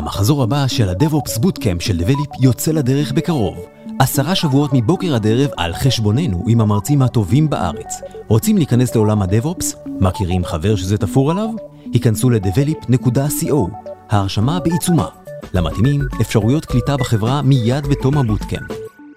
המחזור הבא של ה-DevOps Bootcamp של Develop יוצא לדרך בקרוב. 10 שבועות מבוקר עד ערב על חשבוננו עם המרצים הטובים בארץ. רוצים להיכנס לעולם ה-DevOps? מכירים חבר שזה תפור עליו? היכנסו ל-develop.co. ההרשמה בעיצומה. למתאימים, אפשרויות קליטה בחברה מיד בתום הבוטקאמפ.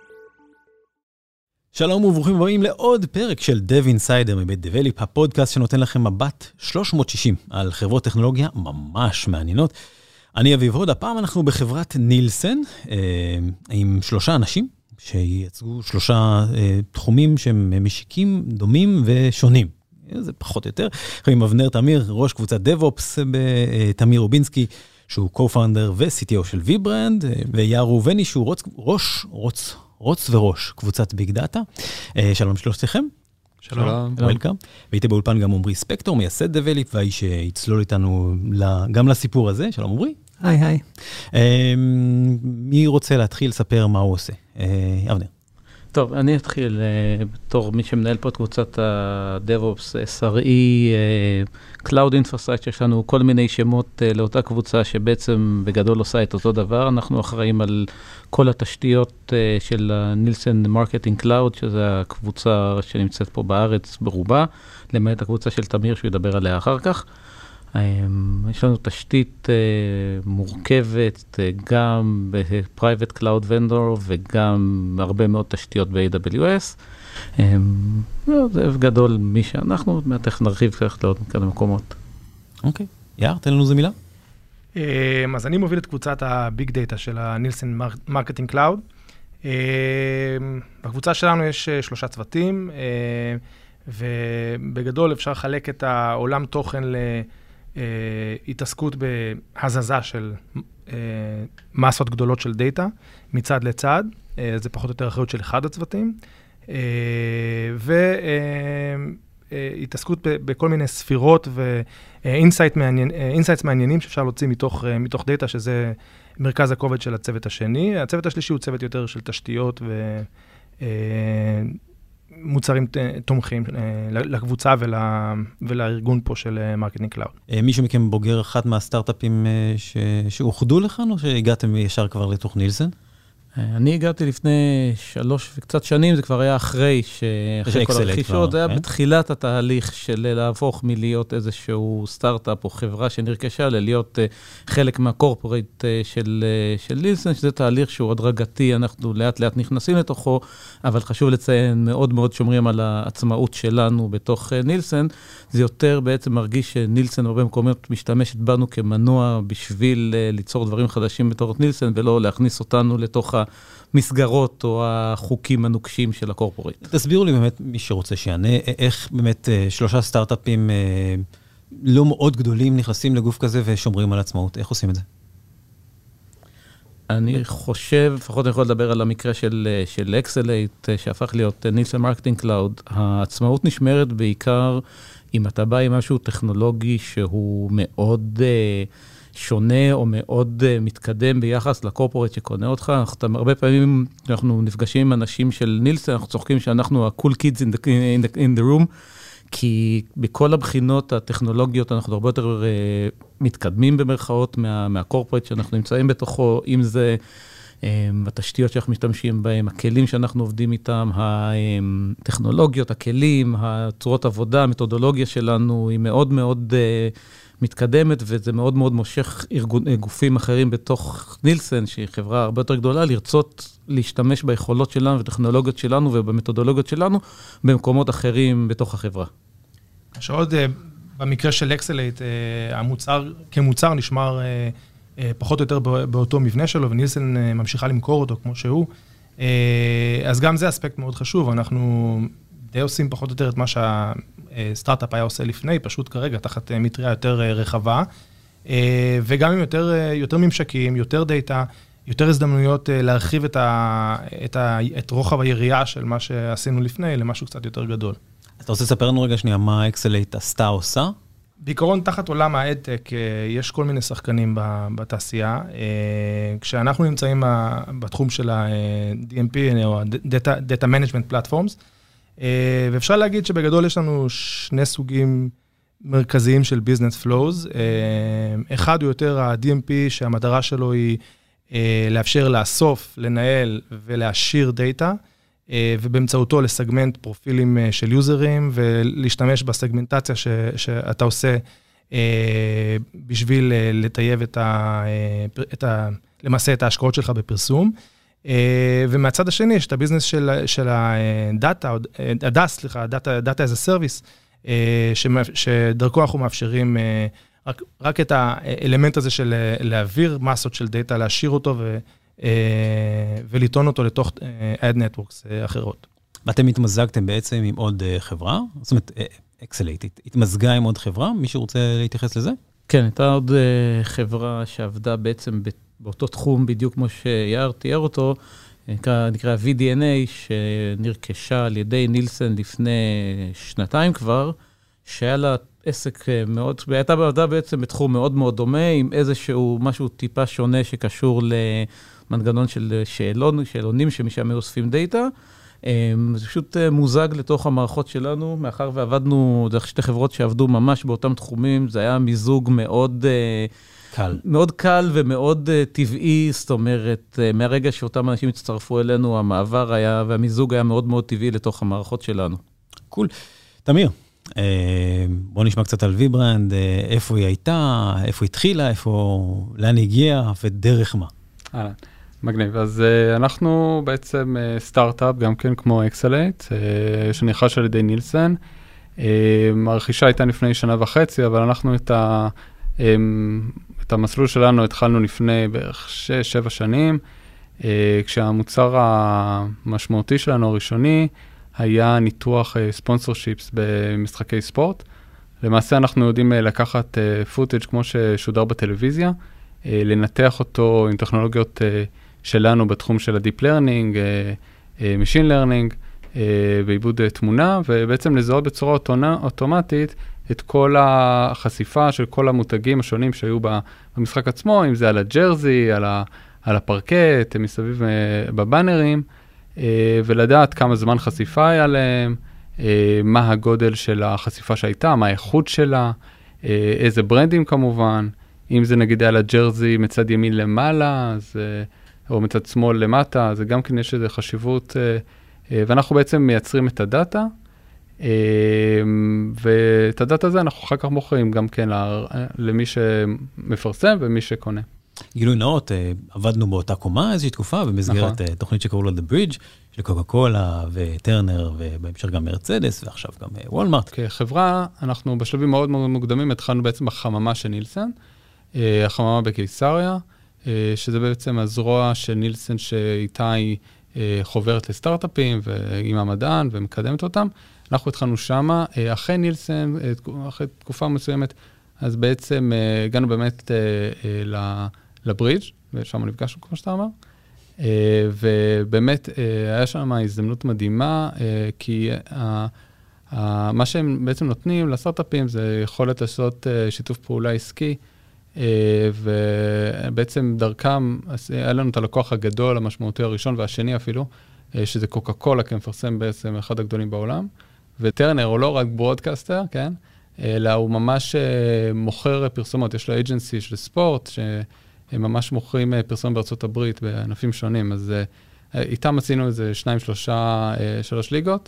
שלום וברוכים הבאים לעוד פרק של Dev Insider מבית Develop, הפודקאסט שנותן לכם מבט 360 על חברות טכנולוגיה ממש מעניינות. אני אביב הוד, הפעם אנחנו בחברת נילסן, עם 3 אנשים שייצגו 3 תחומים שהם משיקים דומים ושונים. זה פחות או יותר. עם אבנר תמיר, ראש קבוצת DevOps בתמיר רובינסקי, שהוא co-founder ו-CTO של V-Brand, ויער ראובני, שהוא רוץ וראש קבוצת ביג דאטה. שלום שלושתכם. שלום. וולקאם. והייתי באולפן גם עומרי ספקטור, מייסד Develop, והאיש שיצלול איתנו גם לסיפור הזה. שלום עומרי. היי. מי רוצה להתחיל לספר מה הוא עושה? אבנר. טוב, אני אתחיל בתור מי שמנהל פה את קבוצת ה-DevOps, SRE, Cloud Infrastructure, יש לנו כל מיני שמות לאותה קבוצה שבעצם בגדול עושה את אותו דבר. אנחנו אחראים על כל התשתיות של נילסן מרקטינג קלאוד, שזו הקבוצה שנמצאת פה בארץ ברובה, למעט הקבוצה של תמיר שהוא ידבר עליה אחר כך. יש לנו תשתית מורכבת גם ב-Private Cloud Vendor וגם הרבה מאוד תשתיות ב-AWS. זה גדול מי שאנחנו, תכף נרחיב קצת לעוד כמה מקומות. אוקיי. יער, תן לנו איזה מילה. אז אני מוביל את קבוצת הביג דאטה של הנילסן מרקטינג קלאוד. בקבוצה שלנו יש 3 צוותים, ובגדול אפשר לחלק את העולם תוכן התעסקות בהזזה של מסות גדולות של דאטה, מצד לצד, זה פחות או יותר אחריות של אחד הצוותים, והתעסקות בכל מיני ספירות ואינסייטס מעניינים שאפשר להוציא מתוך דאטה, שזה מרכז הכובד של הצוות השני. הצוות השלישי הוא צוות יותר של תשתיות מוצרים תומכים לקבוצה ולארגון פה של מרקטינג קלאוד. מישהו מכם בוגר אחת מהסטארט-אפים שאוחדו לכאן, או שהגעתם ישר כבר לתוך נילסן? אני הגעתי לפני 3 וקצת שנים, זה כבר היה אחרי כל הרכישות, זה היה בתחילת התהליך של להפוך מלהיות איזשהו סטארט-אפ או חברה שנרכשה, ללהיות חלק מהקורפורייט של נילסן, שזה תהליך שהוא הדרגתי, אנחנו לאט לאט נכנסים לתוכו, אבל חשוב לציין, מאוד מאוד שומרים על העצמאות שלנו בתוך נילסן, זה יותר בעצם מרגיש שנילסן הרבה מקומות משתמשת בנו כמנוע בשביל ליצור דברים חדשים בתוך נילסן, ולא להכניס אותנו לתוך מסגרות או החוקים הנוקשים של הקורפורייט. תסבירו לי באמת, מי שרוצה שיענה, איך באמת 3 סטארט-אפים לא מאוד גדולים נכנסים לגוף כזה ושומרים על עצמאות. איך עושים את זה? אני חושב, לפחות אני יכול לדבר על המקרה של אקסלייט, שהפך להיות נילסן מרקטינג קלאוד. העצמאות נשמרת בעיקר אם אתה בא עם משהו טכנולוגי שהוא מאוד שונה או מאוד מתקדם ביחס לקורפורט שקונה אותך. הרבה פעמים אנחנו נפגשים עם אנשים של נילסן, אנחנו צוחקים שאנחנו ה-cool kids in the room, כי בכל הבחינות הטכנולוגיות אנחנו הרבה יותר מתקדמים במרכאות מהקורפורט שאנחנו נמצאים בתוכו, אם זה התשתיות שאנחנו משתמשים בהם, הכלים שאנחנו עובדים איתם, הטכנולוגיות, הכלים, הצורות עבודה, המתודולוגיה שלנו היא מאוד מאוד מתקדמת, וזה מאוד מאוד מושך גופים אחרים בתוך נילסן, שהיא חברה הרבה יותר גדולה, לרצות להשתמש ביכולות שלנו וטכנולוגיות שלנו ובמתודולוגיות שלנו במקומות אחרים בתוך החברה. שעוד במקרה של אקסלייט, המוצר כמוצר נשמר פחות או יותר באותו מבנה שלו, ונילסן ממשיכה למכור אותו כמו שהוא. אז גם זה אספקט מאוד חשוב, אנחנו די עושים פחות או יותר את מה שהסטארט-אפ היה עושה לפני, פשוט כרגע תחת מטריה יותר רחבה, וגם עם יותר ממשקים, יותר דאטה, יותר הזדמנויות להרחיב את רוחב היריעה של מה שעשינו לפני, למשהו קצת יותר גדול. אתה רוצה לספר לנו רגע שנייה מה אקסלייט עושה? בעיקרון, תחת עולם האדטק, יש כל מיני שחקנים בתעשייה. כשאנחנו נמצאים בתחום של ה-DMP, או Data Management Platforms, ואפשר להגיד שבגדול יש לנו 2 סוגים מרכזיים של Business Flows. אחד הוא יותר ה-DMP, שהמטרה שלו היא לאפשר לאסוף, לנהל ולהשאיר דאטה, ובאמצעותו לסגמנט פרופילים של יוזרים, ולהשתמש בסגמנטציה שאתה עושה בשביל לטייב למעשה את ההשקעות שלך בפרסום. ומהצד השני יש את הביזנס של הדאטה, דאטה as a service, שדרכו אנחנו מאפשרים רק את האלמנט הזה של להעביר מסות של דאטה, להשאיר אותו ולטעון אותו לתוך ad networks אחרות. ואתם התמזגתם בעצם עם עוד חברה? זאת אומרת, אקסלייט, התמזגה עם עוד חברה? מישהו רוצה להתייחס לזה? כן, הייתה עוד חברה שעבדה בעצם באותו תחום, בדיוק כמו שיער תיאר אותו, נקרא VDNA, שנרכשה על ידי נילסן לפני 2 כבר, שהיה לה עסק מאוד, והייתה עבודה בעצם בתחום מאוד מאוד דומה, עם איזשהו משהו טיפה שונה שקשור למנגנון של שאלונים שמשם אוספים דאטה. זה פשוט מוזג לתוך המערכות שלנו, מאחר ועבדנו, דרך 2 חברות שעבדו ממש באותם תחומים, זה היה מיזוג מאוד קל. מאוד קל ומאוד טבעי, זאת אומרת, מהרגע שאותם אנשים הצטרפו אלינו, המעבר היה, והמיזוג היה מאוד מאוד טבעי לתוך המערכות שלנו. קול. תמיר, בוא נשמע קצת על ויברנד, איפה היא הייתה, איפה התחילה, לאן הגיעה ודרך מה. מגניב, אז אנחנו בעצם סטארט-אפ, גם כן כמו אקסלייט, שנרכש על ידי נילסן. הרכישה הייתה לפני 1.5 שנה, אבל אנחנו את המסלול שלנו התחלנו לפני בערך 6-7 שנים, כשהמוצר המשמעותי שלנו הראשוני היה ניתוח ספונסורשיפס במשחקי ספורט. למעשה אנחנו יודעים לקחת פוטאג' כמו ששודר בטלוויזיה, לנתח אותו עם טכנולוגיות שלנו בתחום של ה-Deep Learning, Machine Learning, בעיבוד תמונה, ובעצם לזהות בצורה אוטומטית את כל החשיפה של כל המותגים השונים שהיו במשחק עצמו, אם זה על הג'רזי, על הפרקט, מסביב בבאנרים, ולדעת כמה זמן חשיפה היה להם, מה הגודל של החשיפה שהייתה, מה האיכות שלה, איזה ברנדים כמובן, אם זה נגיד על הג'רזי מצד ימין למעלה, או מצד שמאל למטה, זה גם כן יש איזו חשיבות, ואנחנו בעצם מייצרים את הדאטה, ואת הדאטה הזה אנחנו אחר כך מוכרים גם כן למי שמפרסם ומי שקונה. גילוי נאות, עבדנו באותה קומה איזושהי תקופה, במסגרת תוכנית שקראו לה The Bridge, של קוקה קולה וטרנר, ובהמשך גם מרצדס, ועכשיו גם וולמארט. כחברה, אנחנו בשלבים מאוד מאוד מוקדמים, התחלנו בעצם החממה של נילסן, החממה בקיסריה, שזה בעצם הזרוע של נילסן שאיתה היא חוברת לסטארט-אפים, ועם המדען, ומקדמת אותם. אנחנו התחלנו שמה, אחרי נילסן, אחרי תקופה מסוימת, אז בעצם הגענו באמת לברידג' ושם נפגשנו, כמו שאתה אמר. ובאמת היה שם הזדמנות מדהימה, כי מה שהם בעצם נותנים לסטארט-אפים זה יכולת לעשות שיתוף פעולה עסקי, ובעצם דרכם היה לנו את הלקוח הגדול, המשמעותי הראשון והשני אפילו, שזה קוקה קולה, כמפרסם בעצם אחד הגדולים בעולם. וטרנר הוא לא רק ברודקאסטר, כן? אלא הוא ממש מוכר פרסומות, יש לו אייג'נסי של ספורט, שהם ממש מוכרים פרסום בארצות הברית בענפים שונים, אז איתם עשינו איזה 3 ליגות,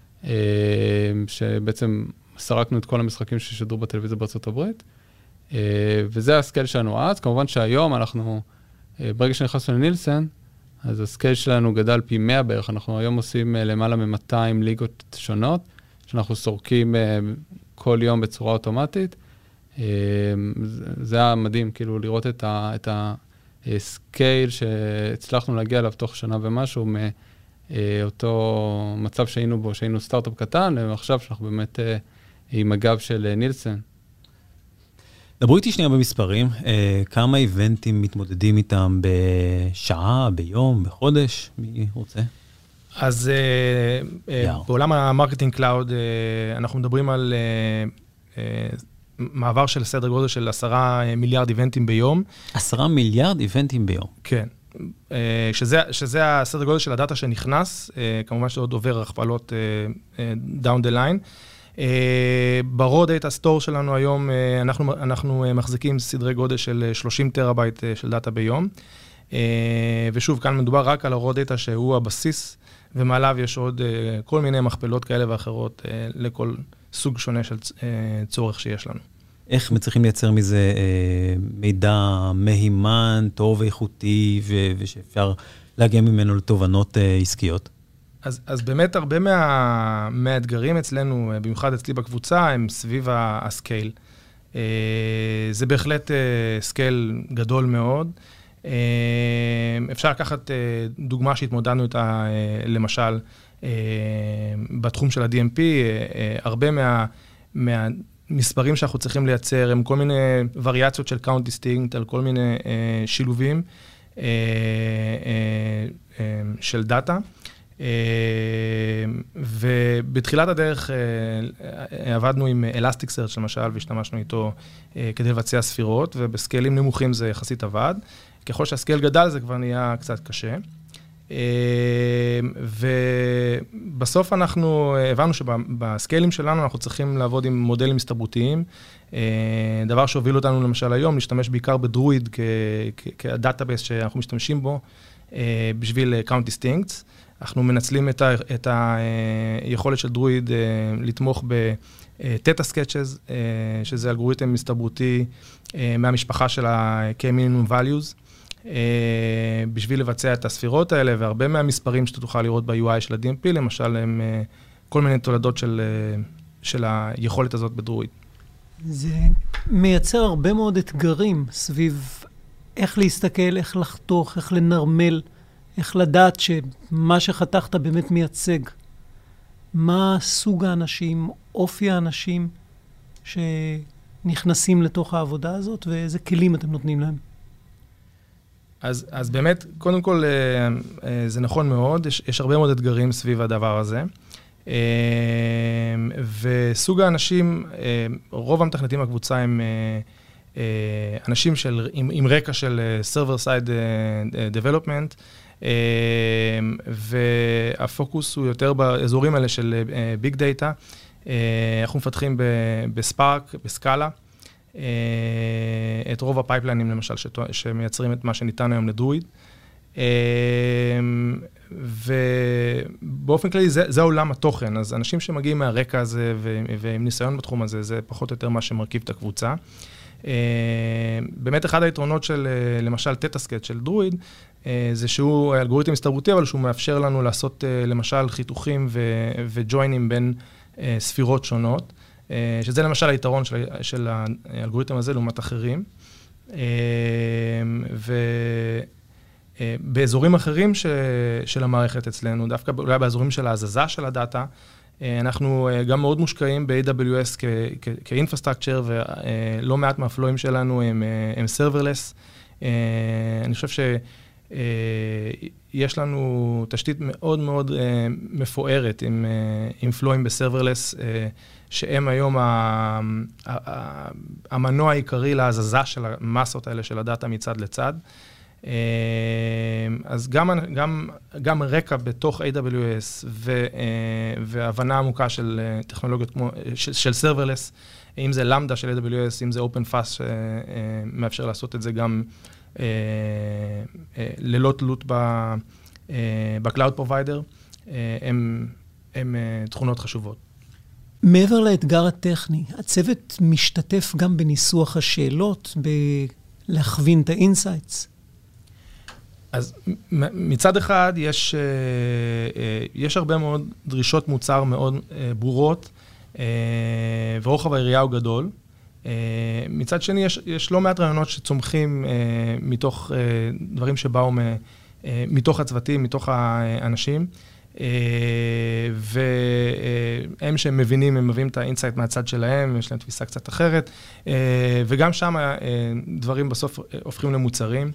שבעצם סרקנו את כל המשחקים ששדרו בטלוויזיה בארצות הברית, וזה הסקייל שלנו אז. כמובן שהיום אנחנו, ברגע שנכנסנו לנילסן, אז הסקייל שלנו גדל פי 100 בערך, אנחנו היום עושים למעלה מ-200 ליגות שונות, שאנחנו סורקים כל יום בצורה אוטומטית. זה היה מדהים, כאילו, לראות את הסקייל שהצלחנו להגיע אליו תוך שנה ומשהו, מאותו מצב שהיינו בו, שהיינו סטארט-אפ קטן, ועכשיו שאנחנו באמת עם הגב של נילסן. דברו איתי שנייה במספרים, כמה איבנטים מתמודדים איתם בשעה, ביום, בחודש? מי רוצה? אז בעולם המרקטינג קלאוד, אנחנו מדברים על מעבר של סדר גודל של 10 מיליארד איבנטים ביום. 10 מיליארד איבנטים ביום? כן. שזה הסדר גודל של הדאטה שנכנס, כמובן שעוד עובר הכפלות down the line. ב-raw data store שלנו היום, אנחנו מחזיקים סדרי גודל של 30 טראבייט של דאטה ביום, ושוב, כאן מדובר רק על ה-raw data שהוא הבסיס, ומעליו יש עוד כל מיני מכפלות כאלה ואחרות לכל סוג שונה של צורך שיש לנו. איך מצליחים לייצר מזה מידע מהימן, טוב ואיכותי, ושאפשר להגיע ממנו לתובנות עסקיות? אז באמת הרבה מהאתגרים אצלנו, במיוחד אצלי בקבוצה, הם סביב הסקייל. זה בהחלט סקייל גדול מאוד. אפשר לקחת דוגמה שהתמודדנו איתה, למשל, בתחום של ה-DMP, הרבה מהמספרים שאנחנו צריכים לייצר, הם כל מיני וריאציות של count distinct, על כל מיני שילובים של דאטה. ובתחילת הדרך עבדנו עם Elasticsearch למשל, והשתמשנו איתו כדי לבצע ספירות, ובסקיילים נמוכים זה יחסית עבד. ככל שהסקייל גדל זה כבר נהיה קצת קשה. ובסוף אנחנו הבנו שבסקיילים שלנו אנחנו צריכים לעבוד עם מודלים הסתברותיים, דבר שהוביל אותנו למשל היום, להשתמש בעיקר בדרויד כדאטאבייס שאנחנו משתמשים בו בשביל count distincts. אנחנו מנצלים את היכולת של דרויד לתמוך ב-Theta Sketches, שזה אלגוריתם הסתברותי מהמשפחה של ה-K-Minimum Values, בשביל לבצע את הספירות האלה, והרבה מהמספרים שאתה תוכל לראות ב-UI של ה-DMP, למשל, הם כל מיני תולדות של היכולת הזאת בדרויד. זה מייצר הרבה מאוד אתגרים סביב איך להסתכל, איך לחתוך, איך לנרמל, איך לדעת שמה שחתכת באמת מייצג. מה סוג האנשים, אופי האנשים שנכנסים לתוך העבודה הזאת, ואיזה כלים אתם נותנים להם? אז באמת, קודם כל, זה נכון מאוד, יש הרבה מאוד אתגרים סביב הדבר הזה. וסוג האנשים, רוב המתכנתים בקבוצה הם אנשים עם רקע של server-side development, והפוקוס הוא יותר באזורים האלה של ביג דאטה. אנחנו מפתחים בספארק, בסקאלה, את רוב הפייפליינים למשל שמייצרים את מה שניתן היום לדרויד. ובאופן כללי זה עולם התוכן, אז אנשים שמגיעים מהרקע הזה ועם ניסיון בתחום הזה, זה פחות או יותר מה שמרכיב את הקבוצה. באמת אחד היתרונות של למשל Theta Sketch של דרויד, זה שהוא אלגוריתם הסתברותי, אבל שהוא מאפשר לנו לעשות למשל חיתוכים וג'וינים בין ספירות שונות, שזה למשל היתרון של האלגוריתם הזה לעומת אחרים. ובאזורים אחרים של המערכת אצלנו, דווקא אולי באזורים של ההזזה של הדאטה, אנחנו גם מאוד מושקעים ב-AWS כאינפרסטרקצ'ר, ולא מעט מהפלואים שלנו הם serverless. אני חושב שיש לנו תשתית מאוד מאוד מפוארת עם פלואים בסרברלס, שהם היום המנוע העיקרי להזזה של המסות האלה של הדאטה מצד לצד. אז גם רקע בתוך AWS והבנה עמוקה של טכנולוגיות כמו, של serverless, אם זה למדה של AWS, אם זה OpenFast, מאפשר לעשות את זה גם ללא תלות ב-Cloud Provider, הם תכונות חשובות. מעבר לאתגר הטכני, הצוות משתתף גם בניסוח השאלות, בלהכווין את האינסייטס. אז מצד אחד יש הרבה מאוד דרישות מוצר מאוד ברורות, ורוחב היריעה הוא גדול. מצד שני, יש לא מעט רעיונות שצומחים מתוך דברים שבאו מתוך הצוותים, מתוך האנשים, והם שהם מבינים, הם מביאים את האינסייט מהצד שלהם, יש להם תפיסה קצת אחרת, וגם שם דברים בסוף הופכים למוצרים.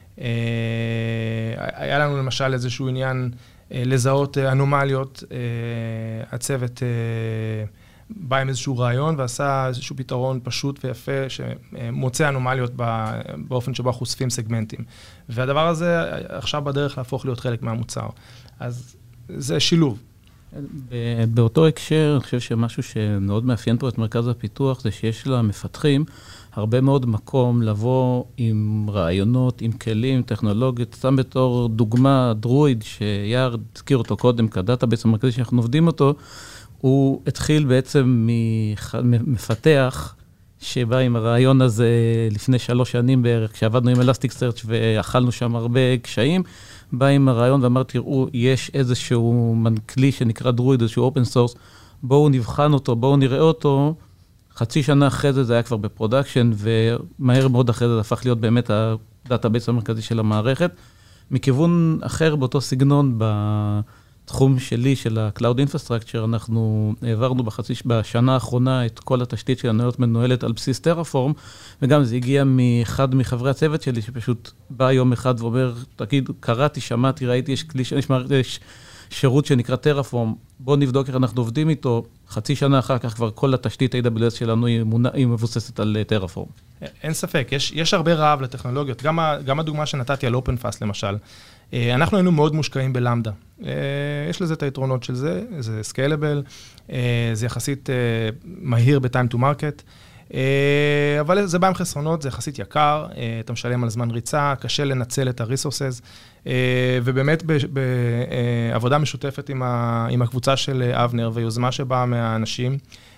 היה לנו למשל איזשהו עניין לזהות אנומליות, הצוות בא עם איזשהו רעיון ועשה איזשהו פתרון פשוט ויפה שמוצא אנומליות באופן שבו חושפים סגמנטים. והדבר הזה עכשיו בדרך להפוך להיות חלק מהמוצר. אז זה שילוב. באותו הקשר, אני חושב שמשהו שמאוד מאפיין פה את מרכז הפיתוח, זה שיש למפתחים הרבה מאוד מקום לבוא עם רעיונות, עם כלים, טכנולוגיות, סתם בתור דוגמה, דרויד, שיער הזכיר אותו קודם, כדאטאבייס המרכזי שאנחנו עובדים אותו, הוא התחיל בעצם ממפתח, שבא עם הרעיון הזה לפני 3 שנים בערך, כשעבדנו עם Elasticsearch ואכלנו שם הרבה קשיים, בא עם הרעיון ואמר, תראו, יש איזשהו כלי שנקרא דרויד, איזשהו אופן סורס, בואו נבחן אותו, בואו נראה אותו, חצי שנה אחרי זה היה כבר בפרודקשן, ומהר מאוד אחרי זה הפך להיות באמת הדאטאבייס המרכזי של המערכת. מכיוון אחר באותו סגנון, בתחום שלי, של ה-Cloud Infrastructure, אנחנו העברנו בשנה האחרונה את כל התשתית של הנהלות מנוהלת על בסיס טרפורם, וגם זה הגיע מאחד מחברי הצוות שלי, שפשוט בא יום אחד ואומר, תגיד, קראתי, שמעתי, ראיתי, יש כלי, יש שירות שנקרא טרפורם, בואו נבדוק איך אנחנו עובדים איתו, חצי שנה אחר כך כבר כל התשתית AWS שלנו היא מבוססת על טרפורם. אין ספק, יש הרבה רעב לטכנולוגיות, גם הדוגמה שנתתי על OpenFast למשל, אנחנו היינו מאוד מושקעים בלמדה. יש לזה את היתרונות של זה, זה סקיילבל, זה יחסית מהיר ב-time to market, אבל זה בא עם חסרונות, זה יחסית יקר, אתה משלם על זמן ריצה, קשה לנצל את ה-resources, ובאמת בעבודה משותפת עם הקבוצה של אבנר, ויוזמה שבאה מהאנשים,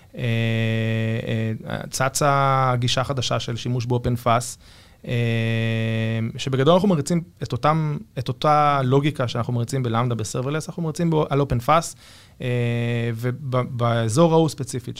צצה גישה חדשה של שימוש ב-OpenFast, שבגדול אנחנו מריצים את אותה לוגיקה שאנחנו מריצים בלמדה בסרברלס, אנחנו מריצים על OpenFast, ובאזור ההוא ספציפית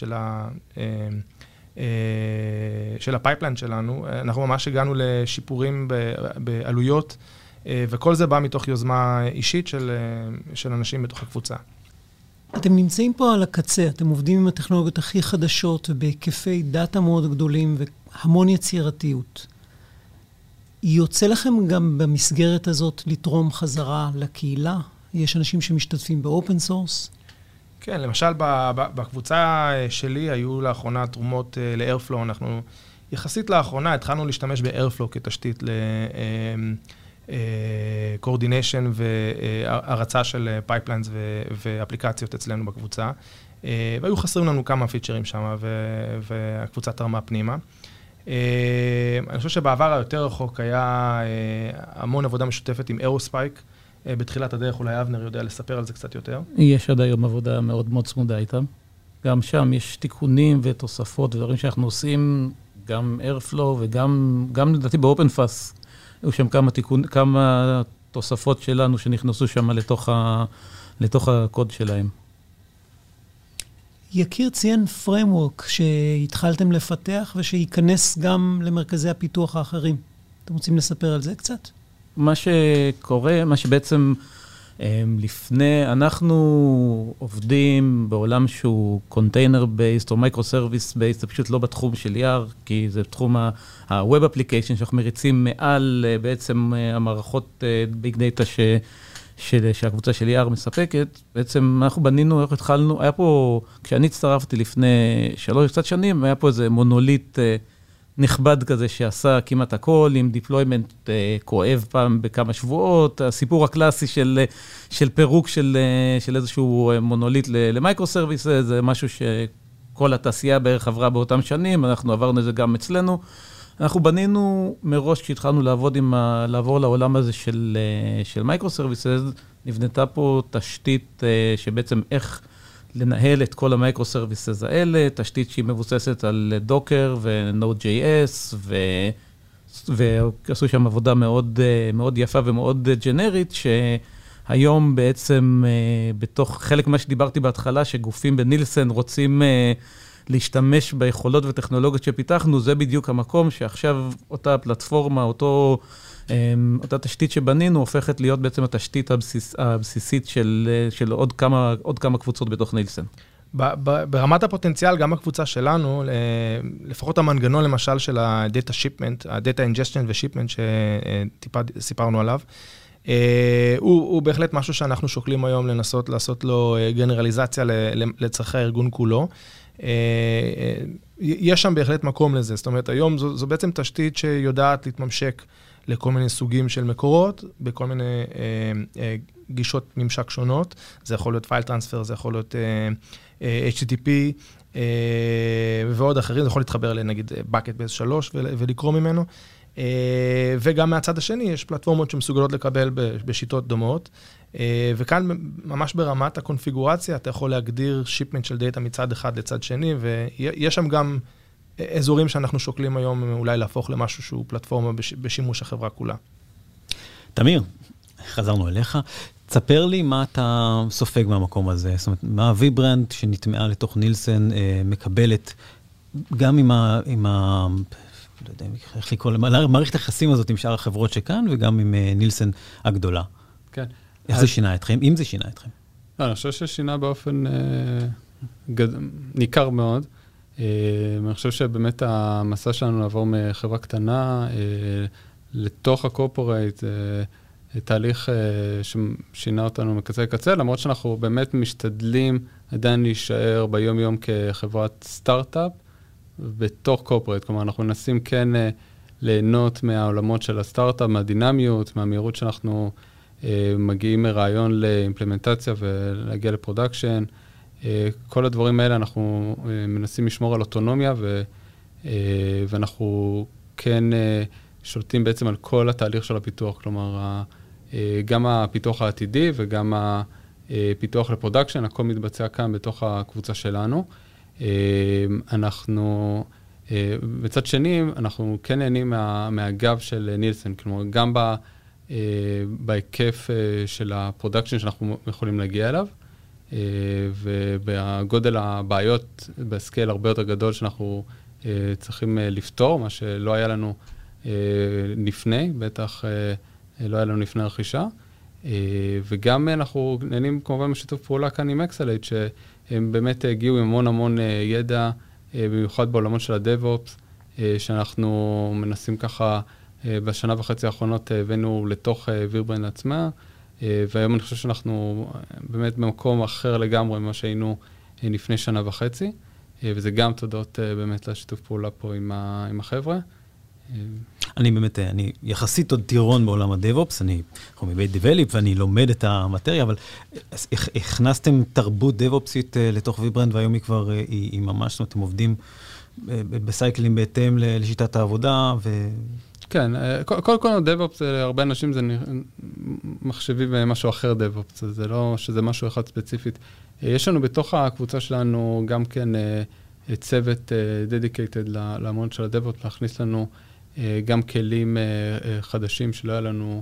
של הפייפליין שלנו, אנחנו ממש הגענו לשיפורים בעלויות, וכל זה בא מתוך יוזמה אישית של אנשים בתוך הקבוצה. אתם נמצאים פה על הקצה, אתם עובדים עם הטכנולוגיות הכי חדשות, ובהיקפי דאטה מאוד גדולים, והמון יצירתיות. יוצא לכם גם במסגרת הזאת לתרום חזרה לקהילה? יש אנשים שמשתתפים באופן סורס? כן, למשל בקבוצה שלי היו לאחרונה תרומות ל-Airflow, אנחנו יחסית לאחרונה התחלנו להשתמש ב-Airflow כתשתית ל-coordination והרצה של pipelines ואפליקציות אצלנו בקבוצה, והיו חסרים לנו כמה פיצ'רים שם, והקבוצה תרמה פנימה. אני חושב שבעבר היותר רחוק היה המון עבודה משותפת עם אירוספייק, בתחילת הדרך אולי אבנר יודע לספר על זה קצת יותר. יש עד היום עבודה מאוד מאוד צמודה איתם. גם שם יש תיקונים ותוספות ודברים שאנחנו עושים, גם Airflow וגם לדעתי ב-OpenFast, היו שם כמה תוספות שלנו שנכנסו שם לתוך הקוד שלהם. יקיר ציין framework שהתחלתם לפתח ושייכנס גם למרכזי הפיתוח האחרים. אתם רוצים לספר על זה קצת? מה שקורה, מה שבעצם לפני, אנחנו עובדים בעולם שהוא container based או microservice based, זה פשוט לא בתחום של יער, כי זה בתחום ה-web application שאנחנו מריצים מעל בעצם המערכות ביג דאטה שהקבוצה של יער מספקת. בעצם אנחנו בנינו, איך התחלנו, היה פה, כשאני הצטרפתי לפני 3 קצת שנים, היה פה איזה מונוליט נכבד כזה שעשה כמעט הכל, עם דיפלוימנט כואב פעם בכמה שבועות, הסיפור הקלאסי של פירוק של איזשהו מונוליט למייקרו-סרוויס, זה משהו שכל התעשייה בערך עברה באותם שנים, אנחנו עברנו את זה גם אצלנו. אנחנו בנינו מראש, כשהתחלנו לעבור לעולם הזה של מייקרו-סרוויסס, נבנתה פה תשתית שבעצם איך לנהל את כל המייקרו-סרוויסס האלה, תשתית שהיא מבוססת על דוקר ו-Node.js, ועשו שם עבודה מאוד, מאוד יפה ומאוד ג'נרית, שהיום בעצם בתוך חלק מה שדיברתי בהתחלה, שגופים בנילסן רוצים להשתמש ביכולות וטכנולוגיות שפיתחנו, זה בדיוק המקום שעכשיו אותה פלטפורמה, אותה תשתית שבנינו, הופכת להיות בעצם התשתית הבסיסית של עוד כמה קבוצות בתוך נילסן. ברמת הפוטנציאל, גם הקבוצה שלנו, לפחות המנגנון למשל של ה-Data Shipment, ה-Data Ingestion ו-Shipment שטיפה סיפרנו עליו, הוא בהחלט משהו שאנחנו שוקלים היום לנסות לעשות לו גנרליזציה לצרכי הארגון כולו. יש שם בהחלט מקום לזה, זאת אומרת, היום זו בעצם תשתית שיודעת להתממשק לכל מיני סוגים של מקורות, בכל מיני גישות ממשק שונות. זה יכול להיות פייל טרנספר, זה יכול להיות HTTP, ועוד אחרים, זה יכול להתחבר לנגיד bucket base 3 ולקרוא ממנו. וגם מהצד השני יש פלטפורמות שמסוגלות לקבל בשיטות דומות, וכאן ממש ברמת הקונפיגורציה אתה יכול להגדיר שיפמנט של דאטה מצד אחד לצד שני, ויש שם גם אזורים שאנחנו שוקלים היום אולי להפוך למשהו שהוא פלטפורמה בשימוש החברה כולה. תמיר, חזרנו אליך. תספר לי מה אתה סופג מהמקום הזה, זאת אומרת, מה ויברנד שנטמעה לתוך נילסן מקבלת, גם עם לא יודע איך לקרוא, מערכת היחסים הזאת עם שאר החברות שכאן, וגם עם נילסן הגדולה. כן. איך זה שינה אתכם? אם זה שינה אתכם? לא, אני חושב ששינה באופן ניכר מאוד. אני חושב שבאמת המסע שלנו לעבור מחברה קטנה לתוך הקורפורייט, תהליך ששינה אותנו מקצה לקצה, למרות שאנחנו באמת משתדלים עדיין להישאר ביום יום כחברת סטארט-אפ, בתוך קורפורייט, כלומר, אנחנו מנסים כן ליהנות מהעולמות של הסטארט-אפ, מהדינמיות, מהמהירות שאנחנו מגיעים מרעיון לאימפלמנטציה ולהגיע לפרודקשן. כל הדברים האלה אנחנו מנסים לשמור על אוטונומיה, ואנחנו כן שולטים בעצם על כל התהליך של הפיתוח, כלומר, גם הפיתוח העתידי וגם הפיתוח לפרודקשן, הכל מתבצע כאן בתוך הקבוצה שלנו. אנחנו, בצד שני, אנחנו כן נהנים מהגב של נילסן, כלומר, גם בהיקף של הפרודקשן שאנחנו יכולים להגיע אליו, ובגודל הבעיות בסקייל הרבה יותר גדול שאנחנו צריכים לפתור, מה שלא היה לנו לפני, בטח לא היה לנו לפני הרכישה, וגם אנחנו נהנים כמובן בשיתוף פעולה כאן עם אקסלייט, הם באמת הגיעו עם המון ידע, במיוחד בעולמות של הדב-אופס, שאנחנו מנסים ככה בשנה וחצי האחרונות הבאנו לתוך ויברנד עצמה, והיום אני חושב שאנחנו באמת במקום אחר לגמרי ממה שהיינו לפני שנה וחצי, וזה גם תודות באמת לשיתוף פעולה פה עם החבר'ה. אני באמת, אני יחסית עוד טירון בעולם הדב-אופס, אני מבית דבליפ ואני לומד את המטריה, אבל הכנסתם תרבות דב-אופסית לתוך ויברנד, והיום היא כבר, היא ממש, זאת אומרת, אתם עובדים בסייקלים בהתאם לשיטת העבודה, כן, קודם כל דב-אופס, הרבה אנשים זה מחשבים משהו אחר דב-אופס, זה לא שזה משהו אחד ספציפית. יש לנו בתוך הקבוצה שלנו גם כן צוות dedicated לעמוד של הדב-אופס, להכניס לנו גם כלים חדשים שלא היה לנו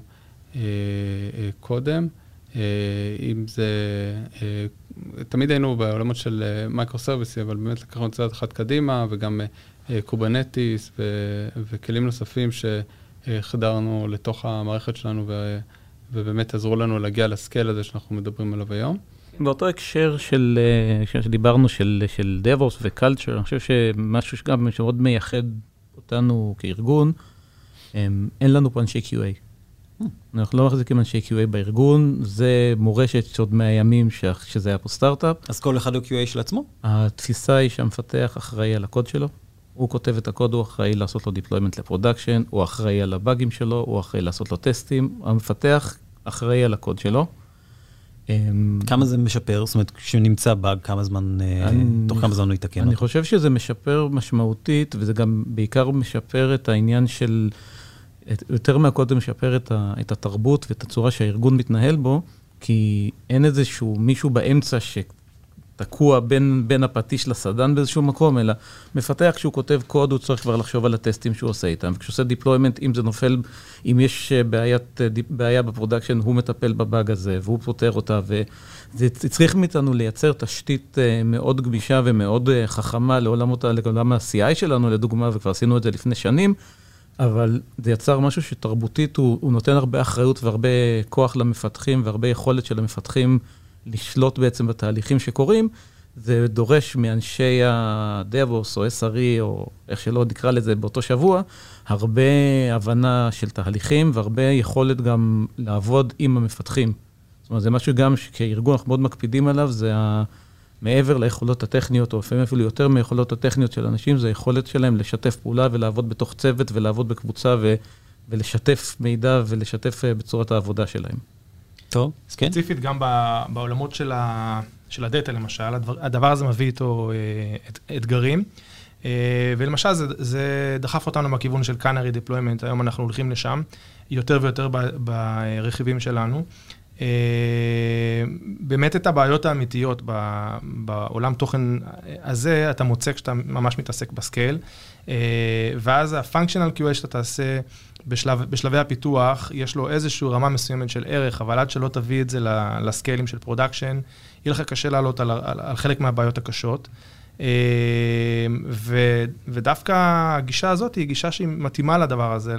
קודם. אם זה, תמיד היינו בעולמות של מייקרו-סרוויסי, אבל באמת לקחנו צעד אחד קדימה, וגם קוברנטיס וכלים נוספים שחדרנו לתוך המערכת שלנו, ובאמת עזרו לנו להגיע לסקייל הזה שאנחנו מדברים עליו היום. באותו הקשר שדיברנו של DevOps וקלצ'ר, אני חושב שמשהו שגם שמאוד מייחד אותנו כארגון, אין לנו פה אנשי QA. אנחנו לא מחזיקים אנשי QA בארגון, זה מורשת שעוד מהימים שזה היה פה סטארט-אפ. אז כל אחד הוא QA של עצמו? התפיסה היא שהמפתח אחראי על הקוד שלו, הוא כותב את הקוד, הוא אחראי לעשות לו deployment לפרודקשן, הוא אחראי על הבאגים שלו, הוא אחראי לעשות לו טסטים, המפתח אחראי על הקוד שלו. כמה זה משפר? זאת אומרת, כשנמצא באג, כמה זמן, תוך כמה זמן הוא יתקן אותו? אני חושב שזה משפר משמעותית, וזה גם בעיקר משפר את העניין של, יותר מהקוד זה משפר את התרבות ואת הצורה שהארגון מתנהל בו, כי אין איזשהו מישהו באמצע שתקוע בין הפטיש לסדן באיזשהו מקום, אלא מפתח כשהוא כותב קוד, הוא צריך כבר לחשוב על הטסטים שהוא עושה איתם. וכשהוא עושה deployment, אם זה נופל, אם יש בעיה בפרודקשן, הוא מטפל בבאג הזה, והוא פותר אותה, וזה צריך מאיתנו לייצר תשתית מאוד גמישה ומאוד חכמה לעולם ה-CI שלנו, לדוגמה, וכבר עשינו את זה לפני שנים, אבל זה יצר משהו שתרבותית, הוא נותן הרבה אחריות והרבה כוח למפתחים, והרבה יכולת של המפתחים לשלוט בעצם בתהליכים שקורים. זה דורש מאנשי ה-DevOps או SRE, או איך שלא נקרא לזה באותו שבוע, הרבה הבנה של תהליכים, והרבה יכולת גם לעבוד עם המפתחים. זאת אומרת, זה משהו גם שכארגון אנחנו מאוד מקפידים עליו, זה מעבר ליכולות הטכניות, או לפעמים אפילו יותר מיכולות הטכניות של אנשים, זה היכולת שלהם לשתף פעולה ולעבוד בתוך צוות ולעבוד בקבוצה ולשתף מידע ולשתף בצורת העבודה שלהם. טוב, כן. ספציפית גם בעולמות של הדאטה למשל, הדבר הזה מביא איתו אתגרים, ולמשל זה דחף אותנו בכיוון של Canary Deployment, היום אנחנו הולכים לשם, יותר ויותר ברכיבים שלנו. באמת את הבעיות האמיתיות בעולם תוכן הזה, אתה מוצא כשאתה ממש מתעסק בסקייל, ואז ה-functional QA שאתה תעשה בשלבי הפיתוח, יש לו איזושהי רמה מסוימת של ערך, אבל עד שלא תביא את זה לסקיילים של פרודקשן, יהיה לך קשה לעלות על חלק מהבעיות הקשות. ודווקא הגישה הזאת היא גישה שהיא מתאימה לדבר הזה,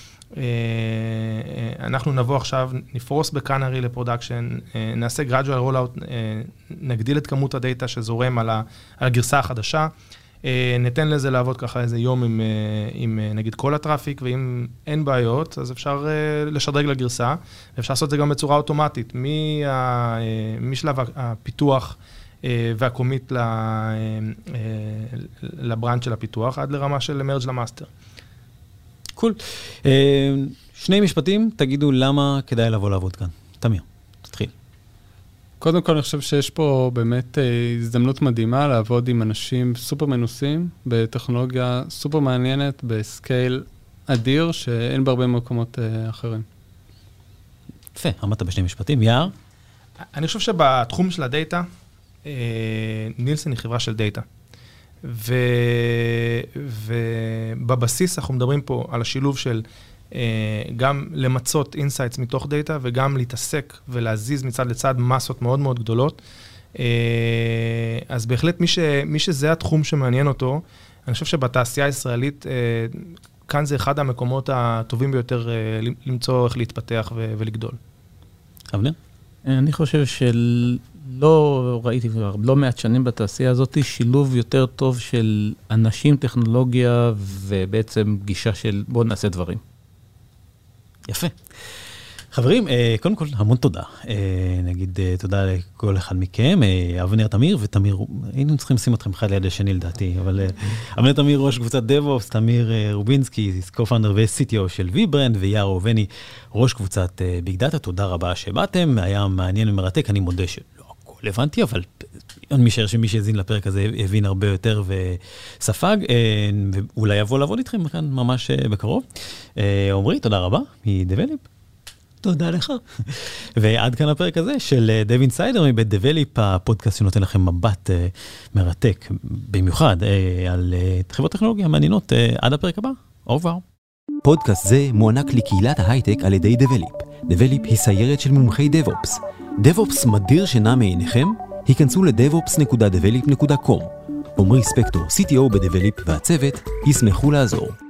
אנחנו נבוא עכשיו, נפרוס בקאנרי לפרודקשן, נעשה gradual rollout, נגדיל את כמות הדאטה שזורם על הגרסה החדשה, ניתן לזה לעבוד ככה איזה יום עם נגיד כל הטראפיק, ואם אין בעיות, אז אפשר לשדרג לגרסה, ואפשר לעשות את זה גם בצורה אוטומטית, משלב הפיתוח והקומיט לברנד של הפיתוח, עד לרמה של מרג' למאסטר. קול. שני משפטים, תגידו למה כדאי לבוא לעבוד כאן. תמיר, תתחיל. קודם כל, אני חושב שיש פה באמת הזדמנות מדהימה לעבוד עם אנשים סופר מנוסים, בטכנולוגיה סופר מעניינת, בסקייל אדיר, שאין בהרבה מקומות אחרים. יפה, עמדת בשני משפטים. יער? אני חושב שבתחום של הדאטה, נילסן היא חברה של דאטה. ובבסיס אנחנו מדברים פה על השילוב של גם למצות אינסייטס מתוך דאטה, וגם להתעסק ולהזיז מצד לצד מסות מאוד מאוד גדולות. אז בהחלט מי שזה התחום שמעניין אותו, אני חושב שבתעשייה הישראלית, כאן זה אחד המקומות הטובים ביותר למצוא איך להתפתח ולגדול. אבנר? אני חושב לא ראיתי לא מעט שנים בתעשייה הזאת, שילוב יותר טוב של אנשים, טכנולוגיה, ובעצם גישה של בוא נעשה דברים. יפה. חברים, קודם כל, המון תודה. נגיד תודה לכל אחד מכם, אבנר תמיר ותמיר, היינו צריכים לשים אתכם אחד ליד השני לדעתי, אבל אבנר תמיר ראש קבוצת DevOps, תמיר רובינסקי, co-founder ו-CTO של V-Brand, ויער ראובני, ראש קבוצת ביג דאטה, תודה רבה שבאתם, היה מעניין ומרתק, אני מודה שלא הכל הבנתי, אבל אני משער שמי שהזין לפרק הזה הבין הרבה יותר וספג, ואולי יבוא לעבוד איתכם כאן ממש בקרוב. עומרי, תודה רבה, מ-Develop. תודה לך. ועד כאן הפרק הזה של דב אינסיידר מבית דבליפ, הפודקאסט שנותן לכם מבט מרתק, במיוחד על חברות טכנולוגיה מעניינות. עד הפרק הבא, אובר. פודקאסט זה מוענק לקהילת ההייטק על ידי דבליפ. דבליפ היא סיירת של מומחי DevOps. DevOps מדיר שינה מעיניכם? היכנסו ל-devops.develop.com. עומרי ספקטור, CTO בדבליפ והצוות, ישמחו לעזור.